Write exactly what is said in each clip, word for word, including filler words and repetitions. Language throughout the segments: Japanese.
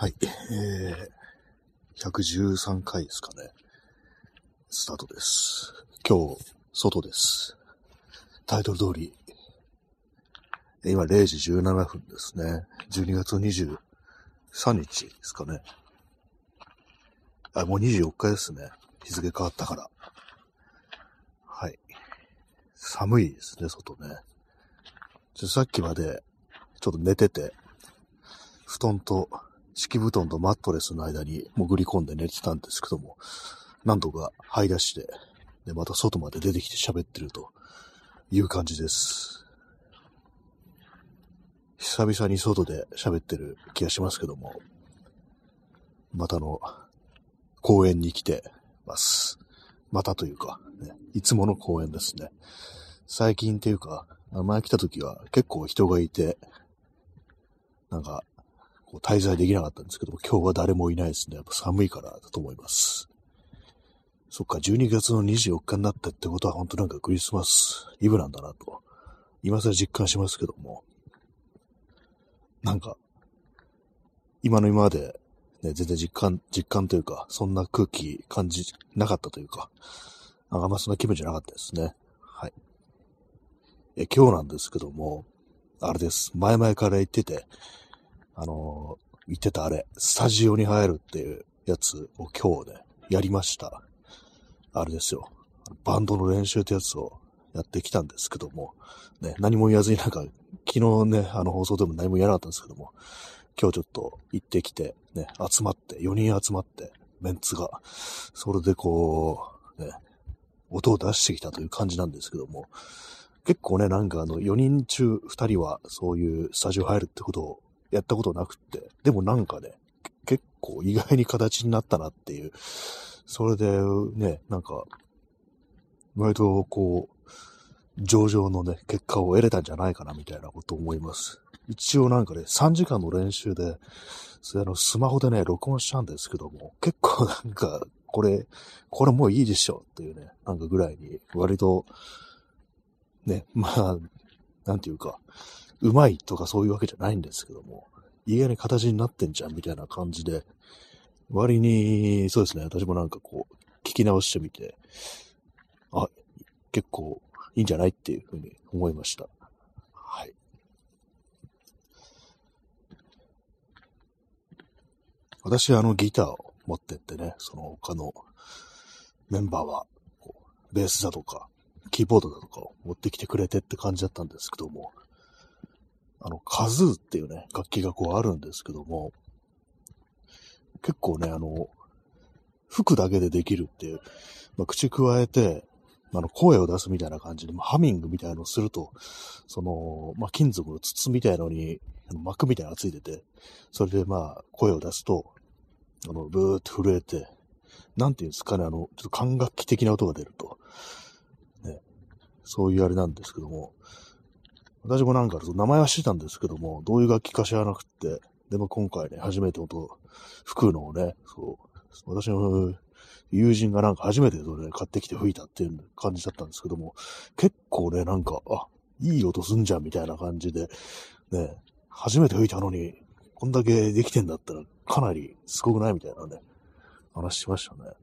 はい、えー、ひゃくじゅうさんかいですかね。スタートです。今日、外です。タイトル通り、今れいじじゅうななふんですね。じゅうにがつにじゅうさんにちですかね。あ、もうにじゅうよっかですね。日付変わったから。はい。寒いですね、外ね。ちょさっきまで、ちょっと寝てて、布団と、敷布団とマットレスの間に潜り込んで寝てたんですけども、なんとか這い出して、で、また外まで出てきて喋ってるという感じです。久々に外で喋ってる気がしますけども、またの公園に来てます。またというか、ね、いつもの公園ですね。最近っていうか、前来た時は結構人がいて、なんか、こう滞在できなかったんですけども、今日は誰もいないですね。やっぱ寒いからだと思います。そっか、じゅうにがつのにじゅうよっかになったってことは本当なんかクリスマスイブなんだなと、今更実感しますけども、なんか、今の今まで、ね、全然実感、実感というか、そんな空気感じなかったというか、あんまそんな気分じゃなかったですね。はい。え、今日なんですけども、あれです。前々から言ってて、あのー、言ってたあれ、スタジオに入るっていうやつを今日ね、やりました。あれですよ。バンドの練習ってやつをやってきたんですけども、ね、何も言わずになんか、昨日ね、あの放送でも何も言わなかったんですけども、今日ちょっと行ってきて、ね、集まって、よにん集まって、メンツが、それでこう、ね、音を出してきたという感じなんですけども、結構ね、なんかあの、よにん中ふたりはそういうスタジオ入るってことをやったことなくって、でもなんかね、結構意外に形になったなっていう、それでね、なんか、割とこう、上々のね、結果を得れたんじゃないかなみたいなことを思います。一応なんかね、さんじかんの練習で、それあの、スマホでね、録音したんですけども、結構なんか、これ、これもういいでしょっていうね、なんかぐらいに、割と、ね、まあ、なんていうか、うまいとかそういうわけじゃないんですけども、意外に形になってんじゃんみたいな感じで、割に、そうですね、私もなんかこう、聞き直してみて、あ、結構いいんじゃないっていうふうに思いました。はい。私はあのギターを持ってってね、その他のメンバーは、こうベースだとか、キーボードだとかを持ってきてくれてって感じだったんですけども、あの、カズーっていうね、楽器がこうあるんですけども、結構ね、あの、吹くだけでできるっていう、まあ、口加えて、あの、声を出すみたいな感じで、まあ、ハミングみたいなのをすると、その、まあ、金属の筒みたいのに、あの膜みたいなのがついてて、それでまあ、声を出すと、あの、ブーって震えて、なんていうんですかね、あの、ちょっと管楽器的な音が出ると。ね、そういうあれなんですけども、私もなんか、名前は知ってたんですけども、どういう楽器か知らなくって、でも今回ね、初めて音、吹くのをね、そう、私の友人がなんか初めてそれ、ね、買ってきて吹いたっていう感じだったんですけども、結構ね、なんか、あ、いい音すんじゃんみたいな感じで、ね、初めて吹いたのに、こんだけできてんだったら、かなりすごくないみたいなね、話しましたね。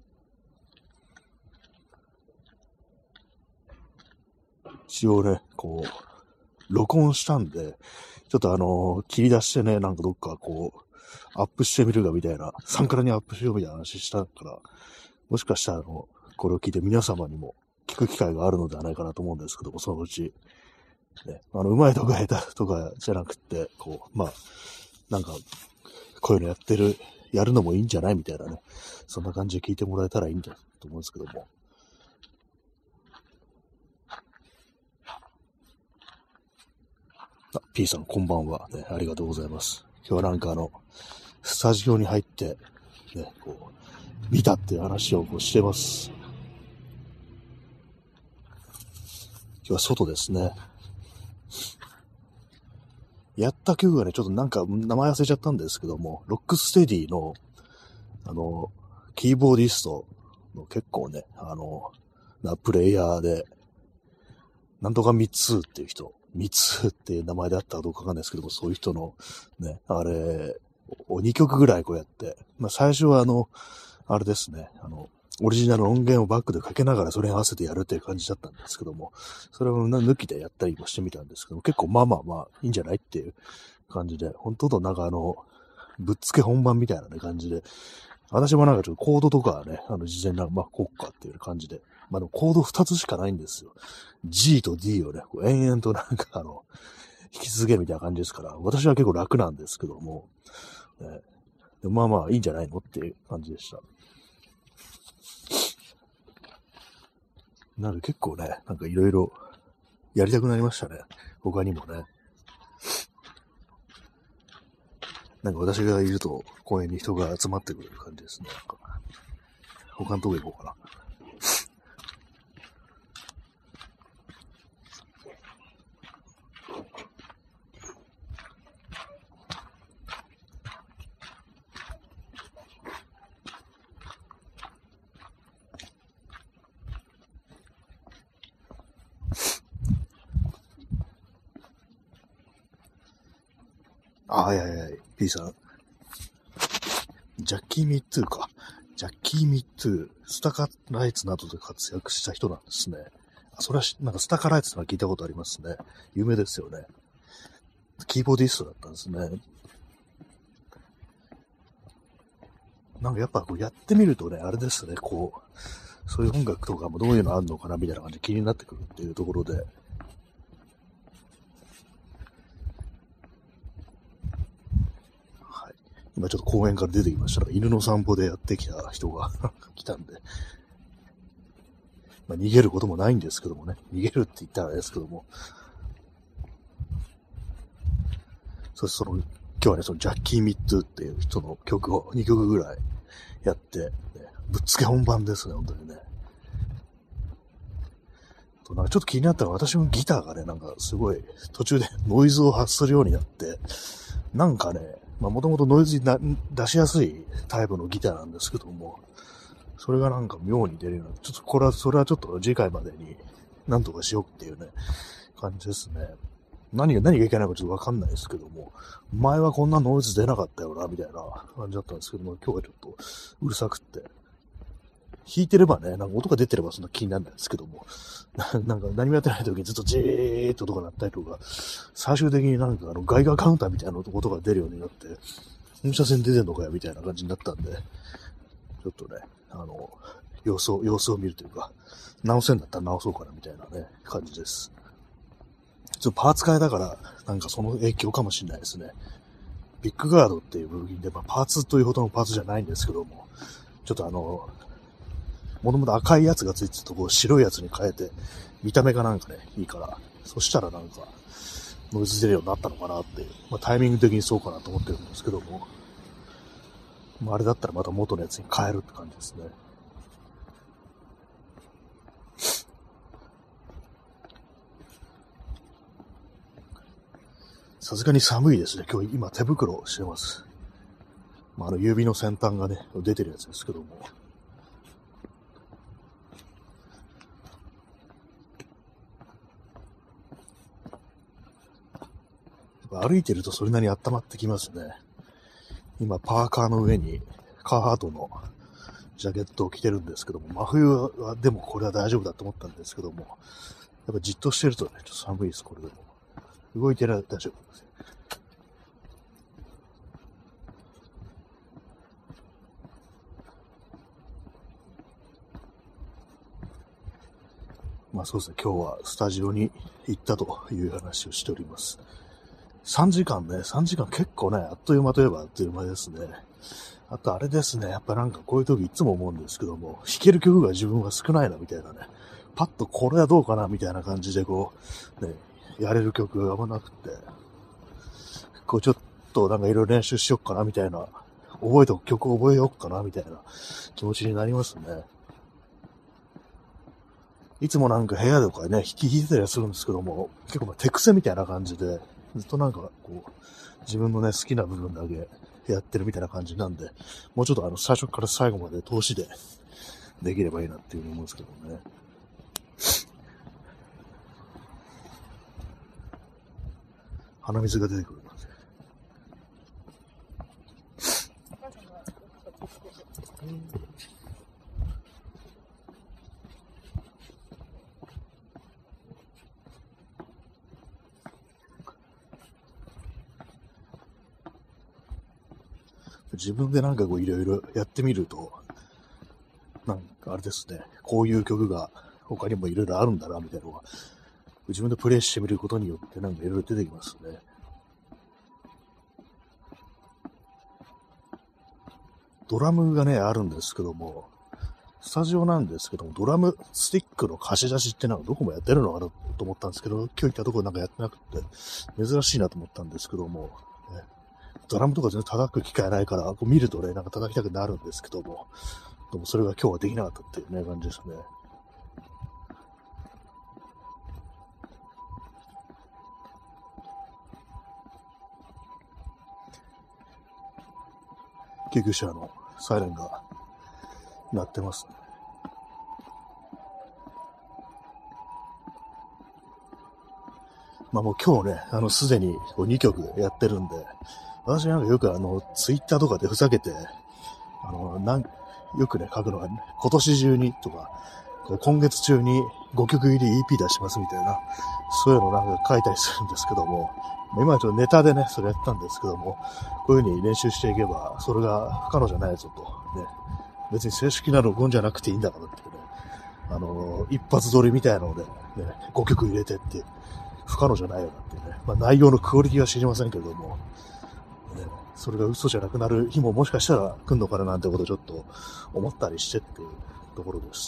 一応ね、こう、録音したんで、ちょっとあのー、切り出してね、なんかどっかこう、アップしてみるかみたいな、サンクラにアップしようみたいな話したから、もしかしたらあの、これを聞いて皆様にも聞く機会があるのではないかなと思うんですけども、そのうち、ね、あの、上手いとか下手とかじゃなくて、こう、まあ、なんか、こういうのやってる、やるのもいいんじゃないみたいなね、そんな感じで聞いてもらえたらいいんだと思うんですけども。あ、P さんこんばんは、ね。ありがとうございます。今日はなんかあの、スタジオに入って、ね、こう、見たっていう話をこうしてます。今日は外ですね。やった曲がね、ちょっとなんか名前忘れちゃったんですけども、ロックステディの、あの、キーボーディストの結構ね、あの、なプレイヤーで、なんとかミツーっていう人、ミツーっていう名前であったかどうかわかんないですけども、そういう人の、ね、あれ、 にきょくぐらいこうやって、まあ最初はあの、あれですね、あの、オリジナル音源をバックでかけながらそれに合わせてやるっていう感じだったんですけども、それを抜きでやったりもしてみたんですけども、結構まあまあまあいいんじゃないっていう感じで、本当となんかあの、ぶっつけ本番みたいなね感じで、私もなんかちょっとコードとかはね、あの事前にまあこうかっていう感じで、まあでもコードふたつしかないんですよ。G と D をね、こう延々となんかあの、弾き続けるみたいな感じですから、私は結構楽なんですけども、ね、でまあまあいいんじゃないのっていう感じでした。なので結構ね、なんかいろいろやりたくなりましたね。他にもね。なんか私がいると公園に人が集まってくれる感じですね。なんか他のとこ行こうかな。あ、はいはいはい。P さん。ジャッキー・ミットゥーか。ジャッキー・ミットゥー。スタカライツなどで活躍した人なんですね。あ、それはなんかスタカライツのは聞いたことありますね。有名ですよね。キーボーディストだったんですね。なんかやっぱこうやってみるとね、あれですね、こう、そういう音楽とかもどういうのあるのかなみたいな感じで気になってくるっていうところで、今ちょっと公園から出てきましたら、犬の散歩でやってきた人が来たんで、まあ、逃げることもないんですけどもね、逃げるって言ったらあれですけども、そしてその、今日はね、そのジャッキー・ミッドゥっていう人の曲をにきょくぐらいやって、ね、ぶっつけ本番ですね、本当にね。となんかちょっと気になったのは、私もギターがね、なんかすごい途中でノイズを発するようになって、なんかね、まあもともとノイズにな出しやすいタイプのギターなんですけども、それがなんか妙に出るような、ちょっとこれは、それはちょっと次回までになんとかしようっていうね、感じですね。何が、何がいけないかちょっとわかんないですけども、前はこんなノイズ出なかったよな、みたいな感じだったんですけども、今日はちょっとうるさくって、弾いてればね、なんか音が出てればそんな気にならないですけども、なんか何もやってない時にずっとジーッと音が鳴ったりとか、最終的になんかあのガイガーカウンターみたいな音が出るようになって、放射線出てんのかよみたいな感じになったんで、ちょっとね、あの、様子を、様子を見るというか、直せんだったら直そうかなみたいなね、感じです。ちょっとパーツ変えだから、なんかその影響かもしれないですね。ビッグガードっていう部品で、まあ、パーツというほどのパーツじゃないんですけども、ちょっとあの、もともと赤いやつがついてたところ白いやつに変えて、見た目がなんかね、いいから、そしたらなんか、ノイズ出るようになったのかなっていう、まあタイミング的にそうかなと思ってるんですけども、まああれだったらまた元のやつに変えるって感じですね。さすがに寒いですね。今日今手袋してます。まああの指の先端がね、出てるやつですけども。歩いてるとそれなりに温まってきますね。今パーカーの上にカーハートのジャケットを着てるんですけども、真冬はでもこれは大丈夫だと思ったんですけども、やっぱじっとしてるとね、ちょっと寒いです、これでも。動いてるら大丈夫です。まあそうですね、今日はスタジオに行ったという話をしております。さんじかんね、さんじかん結構ね、あっという間といえばあっという間ですね。あとあれですね、やっぱなんかこういう時いつも思うんですけども、弾ける曲が自分は少ないなみたいなね、パッとこれはどうかなみたいな感じでこう、ね、やれる曲があんまなくて、こうちょっとなんかいろいろ練習しよっかなみたいな、覚えておく曲を覚えようかなみたいな気持ちになりますね。いつもなんか部屋とかね、弾き弾いてたりはするんですけども、結構まあ手癖みたいな感じで、ずっとなんかこう、自分のね、好きな部分だけやってるみたいな感じなんで、もうちょっとあの、最初から最後まで通しでできればいいなっていうふうに思うんですけどね。鼻水が出てくる。 自分でなんかこういろいろやってみると、なんかあれですね、こういう曲が他にもいろいろあるんだな、みたいなのが、自分でプレイしてみることによってなんかいろいろ出てきますね。ドラムがね、あるんですけども、スタジオなんですけども、ドラムスティックの貸し出しってなんかどこもやってるのかなと思ったんですけど、今日行ったところなんかやってなくて、珍しいなと思ったんですけども、ね、ドラムとか全然叩く機会ないから、こう見るとね、なんか叩きたくなるんですけども、でもそれが今日はできなかったっていうね、感じですね。救急車のサイレンが鳴ってますね。まあもう今日ね、あのすでににきょくやってるんで、私なんかよくあのツイッターとかでふざけて、あのなんよくね書くのは、ね、今年中にとか、今月中にごきょく入り イーピー 出しますみたいな、そういうのなんか書いたりするんですけども、今はちょっとネタでね、それやったんですけども、こういう風に練習していけば、それが不可能じゃないぞと、ね、別に正式な録音じゃなくていいんだからってね、あの、一発撮りみたいなので、ね、ごきょく入れてって、不可能じゃないよなっていうね、まあ内容のクオリティは知りませんけれども、ね、それが嘘じゃなくなる日ももしかしたら来んのかななんてことをちょっと思ったりしてっていうところです。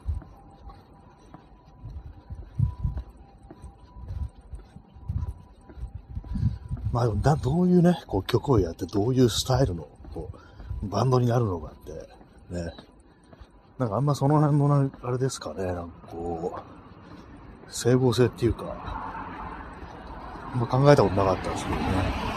まあ、だどういうね、こう曲をやってどういうスタイルのこうバンドになるのかってね、なんかあんまその辺のなあれですかね、なんかこう整合性っていうか、あんま考えたことなかったんですけどね。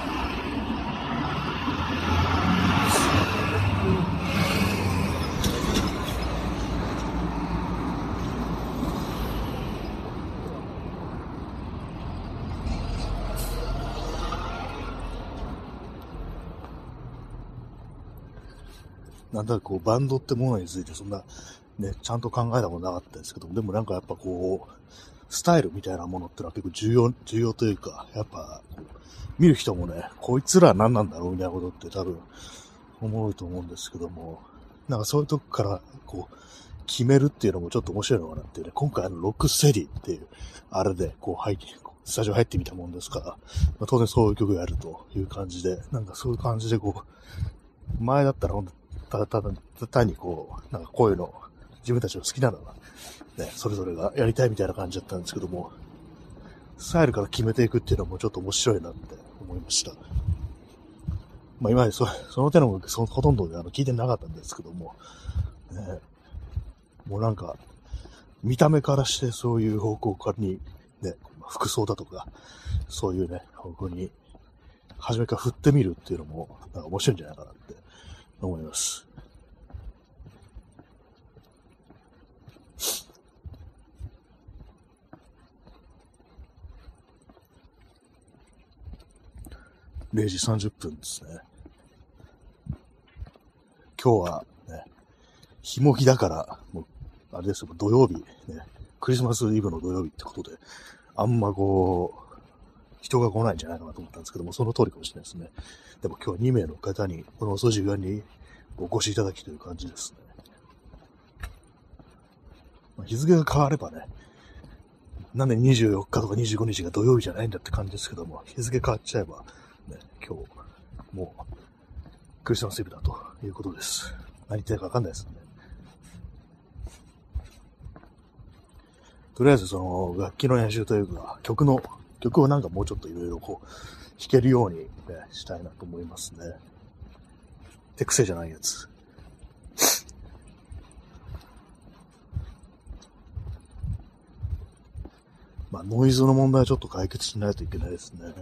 なんだかこうバンドってものについてそんなね、ちゃんと考えたことなかったですけども、でもなんかやっぱこう、スタイルみたいなものってのは結構重要、重要というか、やっぱ、見る人もね、こいつら何なんだろうみたいなことって多分思うと思うんですけども、なんかそういうとこからこう、決めるっていうのもちょっと面白いのかなっていうね、今回あのロックステディっていう、あれでこう入って、スタジオ入ってみたもんですから、まあ、当然そういう曲をやるという感じで、なんかそういう感じでこう、前だったらほんと、ただただ単にこう、なんかこういうの、自分たちの好きなのが、ね、それぞれがやりたいみたいな感じだったんですけども、スタイルから決めていくっていうのもちょっと面白いなって思いました。まあ今までそその手のそほとんどであの聞いてなかったんですけども、ね、もうなんか、見た目からしてそういう方向からに、ね、服装だとか、そういうね、方向に、初めから振ってみるっていうのも、なんか面白いんじゃないかなって思います。れいじさんじゅっぷんですね。今日はね、ひもぎだから、もう、あれですよ、土曜日、ね、クリスマスイブの土曜日ってことで、あんまこう、人が来ないんじゃないかなと思ったんですけども、その通りかもしれないですね。でも今日にめいの方に、この遅い時間にお越しいただきという感じですね。まあ、日付が変わればね、なんでにじゅうよっかとかにじゅうごにちが土曜日じゃないんだって感じですけども、日付変わっちゃえば、ね、今日、もう、クリスマスイブだということです。何言ってるかわかんないですね。とりあえずその楽器の練習というか、曲の、曲をなんかもうちょっといろいろこう、弾けるように、ね、したいなと思いますね。手癖じゃないやつ。まあ、ノイズの問題はちょっと解決しないといけないですね。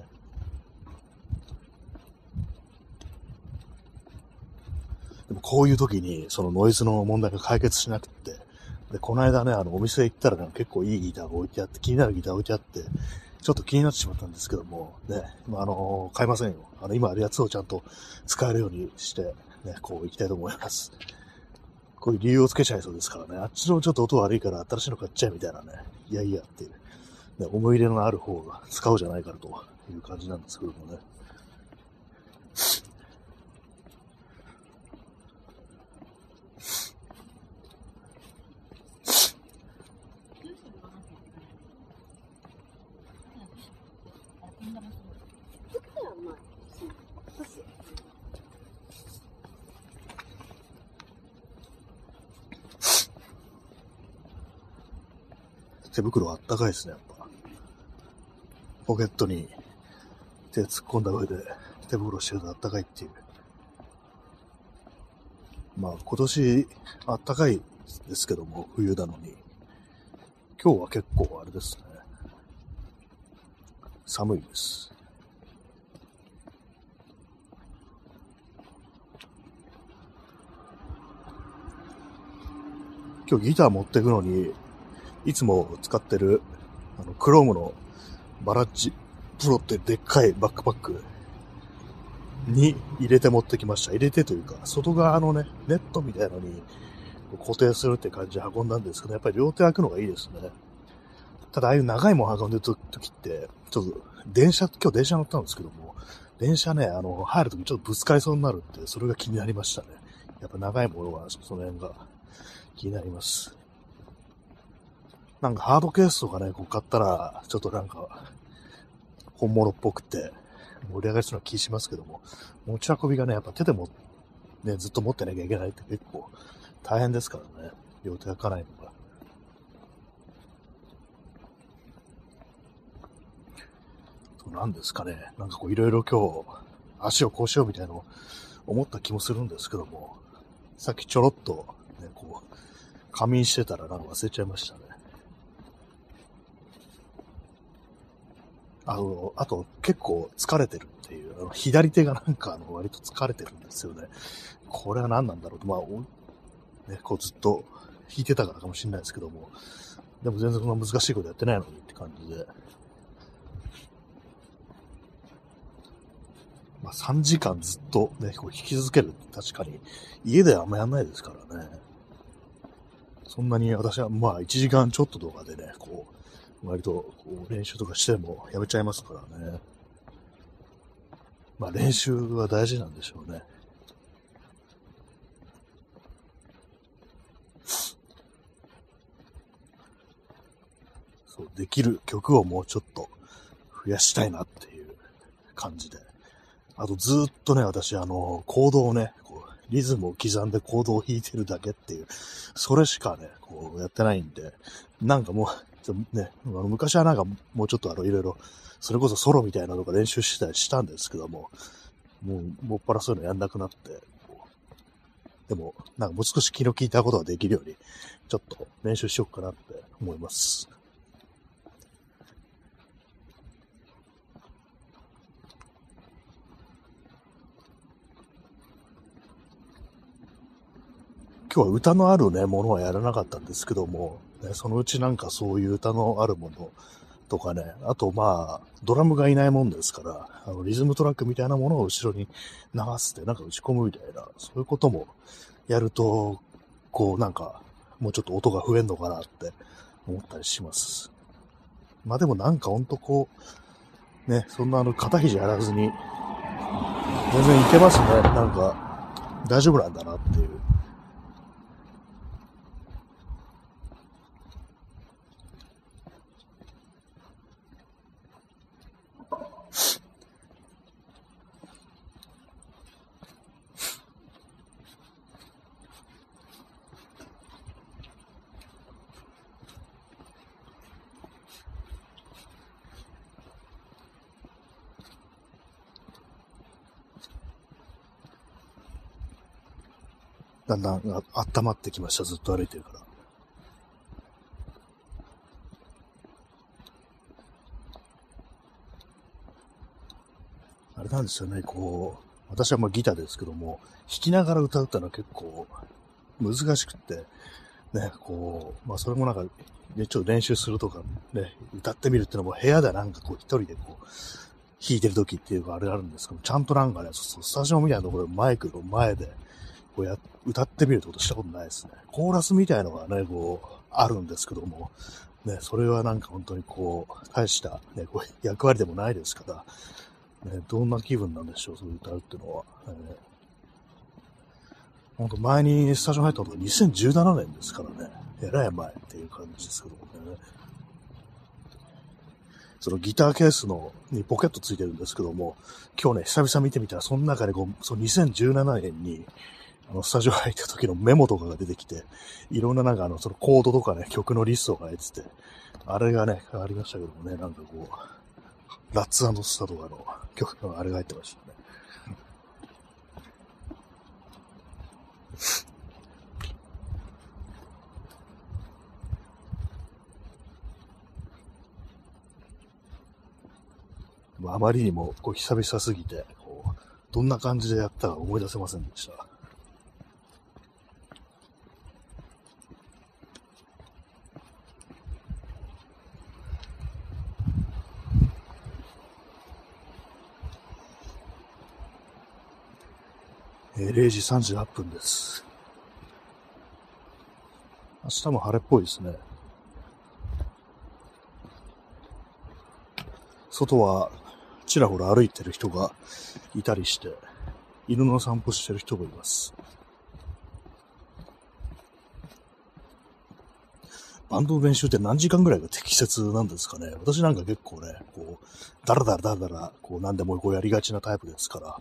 でもこういう時に、そのノイズの問題が解決しなくて、で、この間ね、あの、お店行ったら、ね、結構いいギターが置いてあって、気になるギターが置いてあって、ちょっと気になってしまったんですけども、ね、まあ、あの、買いませんよ。あの、今あるやつをちゃんと使えるようにして、ね、こう行きたいと思います。こういう理由をつけちゃいそうですからね、あっちのちょっと音悪いから新しいの買っちゃえみたいなね、いやいやっていう、ね、思い入れのある方が使うじゃないからという感じなんですけどもね。 手袋あったかいですね、やっぱ。ポケットに手突っ込んだ上で手袋してるとあったかいっていう。まあ今年あったかいですけども、冬なのに。今日は結構あれですね。寒いです。今日ギター持ってくのに、いつも使ってる、あの、クロームのバラッジプロってでっかいバックパックに入れて持ってきました。入れてというか、外側のね、ネットみたいのに固定するって感じで運んだんですけど、やっぱり両手開くのがいいですね。ただ、ああいう長いもの運んでるときって、ちょっと、電車、今日電車乗ったんですけども、電車ね、あの、入るときちょっとぶつかりそうになるって、それが気になりましたね。やっぱ長いものは、その辺が気になります。なんかハードケースとかね、こう買ったら、ちょっとなんか、本物っぽくて、盛り上がりそうな気しますけども、持ち運びがね、やっぱ手でも、ね、ずっと持ってなきゃいけないって結構大変ですからね。両手開かないのが。なんですかね。なんかこういろいろ今日、足をこうしようみたいなのを思った気もするんですけども、さっきちょろっと、ね、こう、仮眠してたらなんか忘れちゃいましたね。あの、あと結構疲れてるっていう、あの左手がなんかあの割と疲れてるんですよね。これは何なんだろうと、まあ、ね、こうずっと弾いてたからかもしれないですけども、でも全然そんな難しいことやってないのにって感じで、まあ、さんじかんずっとね、こう弾き続けるって確かに家ではあんまやんないですからね。そんなに私はまあいちじかんちょっととかでね、こう、割とこう練習とかしてもやめちゃいますからね。まあ練習は大事なんでしょうね。そう、できる曲をもうちょっと増やしたいなっていう感じで。あとずーっとね、私、あの、コードをね、こうリズムを刻んでコードを弾いてるだけっていう、それしかね、こうやってないんで、なんかもう、ちょね、あの昔はなんかもうちょっとあの、いろいろ、それこそソロみたいなのとか練習したりしたんですけども、もう、もっぱらそういうのやんなくなって、でも、なんかもう少し気の利いたことができるように、ちょっと練習しようかなって思います。今日は歌のあるね、ものはやらなかったんですけども、ね、そのうちなんかそういう歌のあるものとかね、あとまあ、ドラムがいないもんですから、あのリズムトラックみたいなものを後ろに流してなんか打ち込むみたいな、そういうこともやると、こうなんか、もうちょっと音が増えんのかなって思ったりします。まあでもなんかほんとこう、ね、そんなあの肩肘やらずに、全然いけますね。なんか、大丈夫なんだなっていう。だんだんあ温まってきました。ずっと歩いてるから。あれなんですよね、こう、私はまあギターですけども、弾きながら歌うってのは結構難しくって、ね、こう、まあそれもなんか、ね、ちょっと練習するとか、ね、歌ってみるっていうのも部屋でなんかこう一人でこう、弾いてる時っていうかあれがあるんですけど、ちゃんとなんかね、そうスタジオみたいなところでマイクの前で、こうや、歌ってみるってことしたことないですね。コーラスみたいのがね、こう、あるんですけども、ね、それはなんか本当にこう、大した、ね、こう役割でもないですから、ね、どんな気分なんでしょう、そういう歌うっていうのは。えー、本当前にスタジオ入ったのがにせんじゅうななねんですからね、えらい前っていう感じですけどもね。そのギターケースのにポケットついてるんですけども、今日ね、久々見てみたら、その中でこう、そのにせんじゅうななねんに、あの、スタジオ入った時のメモとかが出てきて、いろんななんかあの、そのコードとかね、曲のリストが入ってて、 あれがね、ありましたけどもね、なんかこう、ラッツ&スターとかの曲のあれが入ってましたね。あまりにもこう久々すぎて、こうどんな感じでやったか思い出せませんでした。えー、れいじさんじゅうはっぷんです。明日も晴れっぽいですね。外はちらほら歩いてる人がいたりして、犬の散歩してる人もいます。バンドの練習って何時間ぐらいが適切なんですかね。私なんか結構ね、こう、だらだらだらだら、こう、何でもこうやりがちなタイプですから、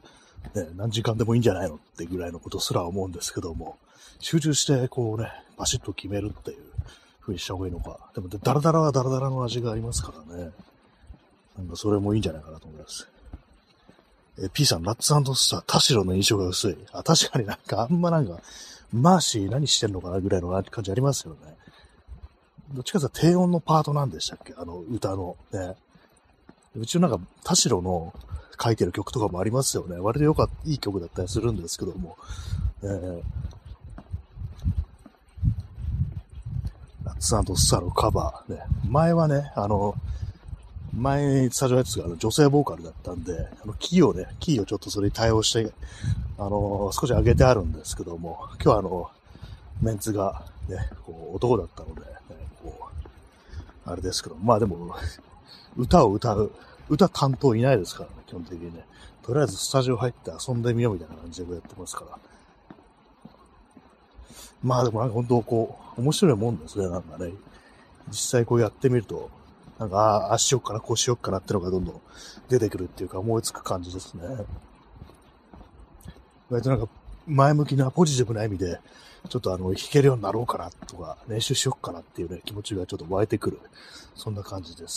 ね、何時間でもいいんじゃないのってぐらいのことすら思うんですけども、集中して、こうね、バシッと決めるっていう風にした方がいいのか。でも、だらだらはだらだらの味がありますからね。なんかそれもいいんじゃないかなと思います。え、P さん、ラッツ&スター、田代の印象が薄い。あ、確かになんかあんまなんか、マーシー何してんのかなぐらいの感じありますよね。どっちかというと低音のパートなんでしたっけ、あの歌のね。うちのなんか田代の書いてる曲とかもありますよね。割とよかった、いい曲だったりするんですけども。えー、ラッツ&スターのカバーね。前はね、あの、前スタジオやつがあの女性ボーカルだったんで、あのキーをね、キーをちょっとそれに対応して、あの、少し上げてあるんですけども、今日はあの、メンツがね、こう男だったので、ね、こう、あれですけど、まあでも、歌を歌う、歌担当いないですからね、基本的にね。とりあえずスタジオ入って遊んでみようみたいな感じでやってますから。まあでもなんか本当こう、面白いもんですね、なんかね。実際こうやってみると、なんか、ああ、ああしよっかな、こうしよっかなってのがどんどん出てくるっていうか思いつく感じですね。割となんか前向きなポジティブな意味で、ちょっとあの、弾けるようになろうかなとか、練習しよっかなっていうね、気持ちがちょっと湧いてくる。そんな感じです。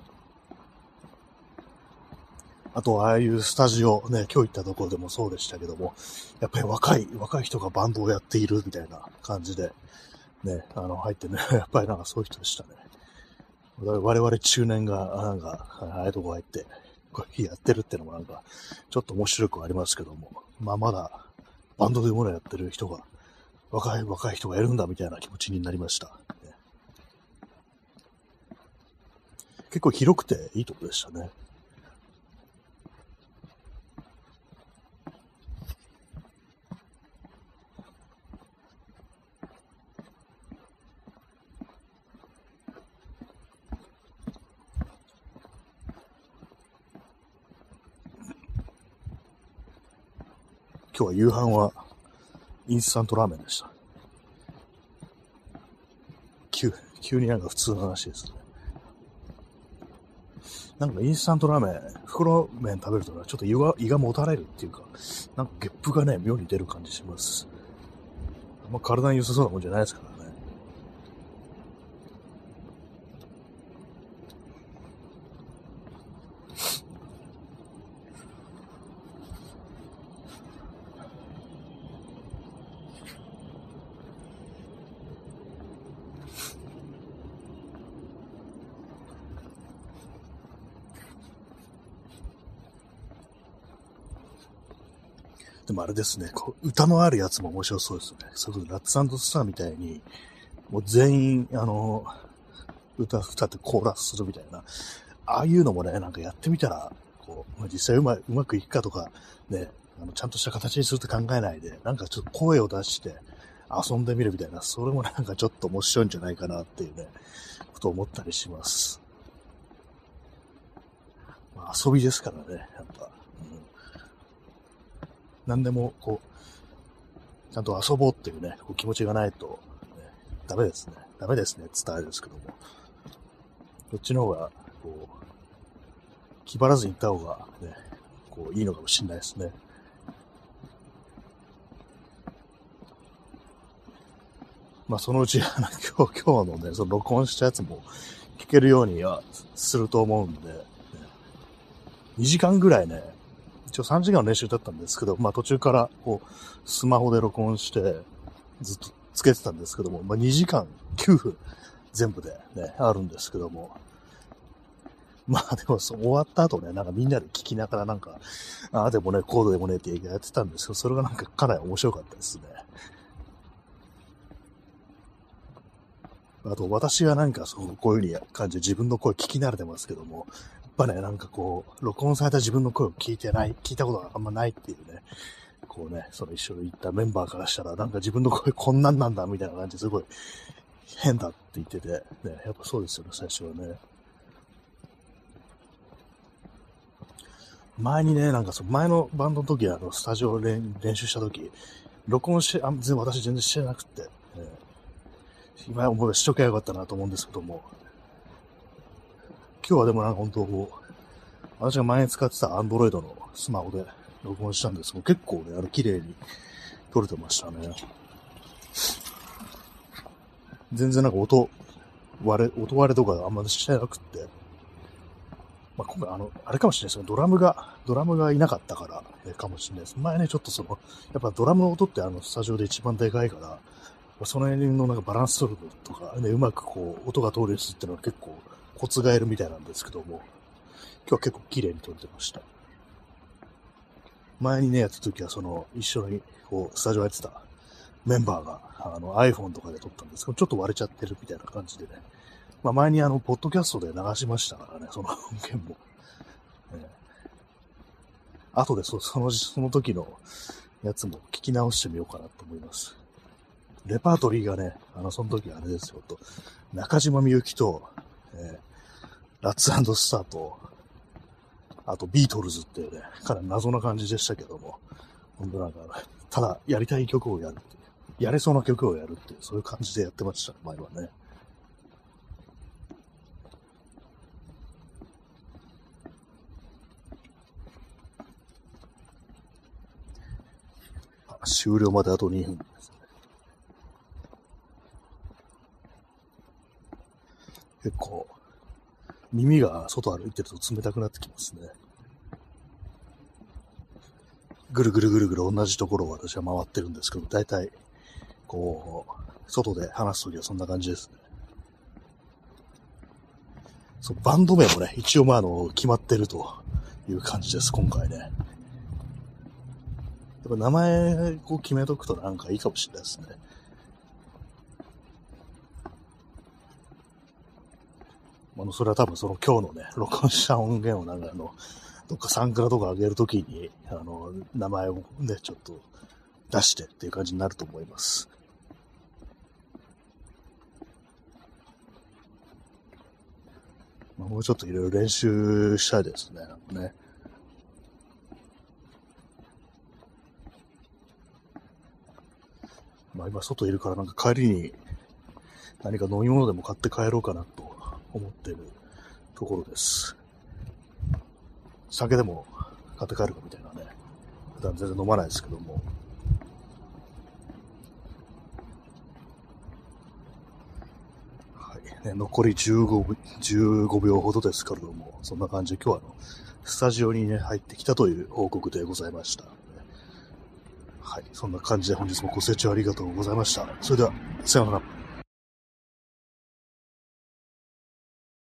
あと、ああいうスタジオ、ね、今日行ったところでもそうでしたけども、やっぱり若い、若い人がバンドをやっているみたいな感じで、ね、あの、入ってね、やっぱりなんかそういう人でしたね。我々中年が、なんか、ああいうとこ入って、こうやってるってのもなんか、ちょっと面白くありますけども、まあまだ、バンドでものやってる人が、若い、若い人がいるんだみたいな気持ちになりました。ね、結構広くていいとこでしたね。今日は夕飯はインスタントラーメンでした。急、急になんか普通の話ですね。なんかインスタントラーメン、袋麺食べるとちょっと胃が、胃がもたれるっていうか、なんかゲップがね、妙に出る感じします。あんま体に良さそうなもんじゃないですからね。でもあれですね、こう歌のあるやつも面白そうですね。それこそラッツ&スターみたいに、もう全員、あの、歌、歌ってコーラスするみたいな、ああいうのもね、なんかやってみたら、こう、まあ、実際うまうまくいくかとか、ね、あのちゃんとした形にするって考えないで、なんかちょっと声を出して遊んでみるみたいな、それもなんかちょっと面白いんじゃないかなっていうね、ことを思ったりします。まあ、遊びですからね、やっぱ。何でも、こう、ちゃんと遊ぼうっていうね、こう気持ちがないと、ね、ダメですね。ダメですね、伝えるんですけども。こっちの方が、こう、気張らずに行った方が、ね、こう、いいのかもしれないですね。まあ、そのうち、あの、今日、今日のね、その録音したやつも聞けるようにはすると思うんで、ね、にじかんぐらいね、一応さんじかんの練習だったんですけど、まあ途中からこう、スマホで録音して、ずっとつけてたんですけども、まあにじかんきゅうふん全部でね、あるんですけども、まあでもそう終わった後ね、なんかみんなで聞きながらなんか、ああでもね、こうでもねってやってたんですけど、それがなんかかなり面白かったですね。あと私はなんかそうこういう風に感じで自分の声聞き慣れてますけども、やっぱね、なんかこう、録音された自分の声を聞いてない、聞いたことがあんまないっていうね、こうね、その一緒に行ったメンバーからしたら、なんか自分の声こんなんなんだみたいな感じですごい変だって言ってて、ね、やっぱそうですよね、最初はね。前にね、なんかその前のバンドの時、あの、スタジオ練練習した時、録音して、あ全然私全然してなくて、えー、今思えばしとけばよかったなと思うんですけども、今日はでもなんか本当こう、私が前に使ってた Android のスマホで録音したんですけど、結構ね、あれ綺麗に撮れてましたね。全然なんか音割れ、音割れとかあんまりしてなくって、まあ、今回あの、あれかもしれないですけど、ドラムが、ドラムがいなかったから、えかもしれないです。前ね、ちょっとその、やっぱドラムの音ってあの、スタジオで一番でかいから、その辺のなんかバランス取るとか、ね、うまくこう、音が通るやつっていうのは結構コツがいるみたいなんですけども、今日は結構綺麗に撮れてました。前にね、やった時はその、一緒にこう、スタジオやってたメンバーが、あの、iPhone とかで撮ったんですけど、ちょっと割れちゃってるみたいな感じでね、まあ、前にあの、ポッドキャストで流しましたからね、その音源も。ね、後でそその、その時のやつも聞き直してみようかなと思います。レパートリーがね、あの、その時あれですよ、と、中島みゆきと、えー、ラッツ&スターと、あとビートルズっていうね、かなり謎な感じでしたけども、本当なんか、ただやりたい曲をやるっていう、やれそうな曲をやるっていう、そういう感じでやってました、前はね。終了まであとにふんですね。結構、耳が外歩いてると冷たくなってきますね。ぐるぐるぐるぐる同じところを私は回ってるんですけど、だいたい、こう、外で話すときはそんな感じですね。そう、バンド名もね、一応まあ、あの、決まってるという感じです、今回ね。やっぱ名前を決めとくとなんかいいかもしれないですね。あの、それは多分その今日のね、録音した音源をなんかあの、どっかサンクラとか上げるときに、あの、名前をね、ちょっと出してっていう感じになると思います。まあ、もうちょっといろいろ練習したいですね。なんかね。まあ今外いるからなんか帰りに何か飲み物でも買って帰ろうかなと思ってるところです。酒でも買って帰るかみたいなね。普段全然飲まないですけども。はいね、残りじゅうご、じゅうごびょうほどですけれども、そんな感じで今日はあのスタジオにね入ってきたという報告でございました。はい、そんな感じで本日もご清聴ありがとうございました。それでは、さようなら。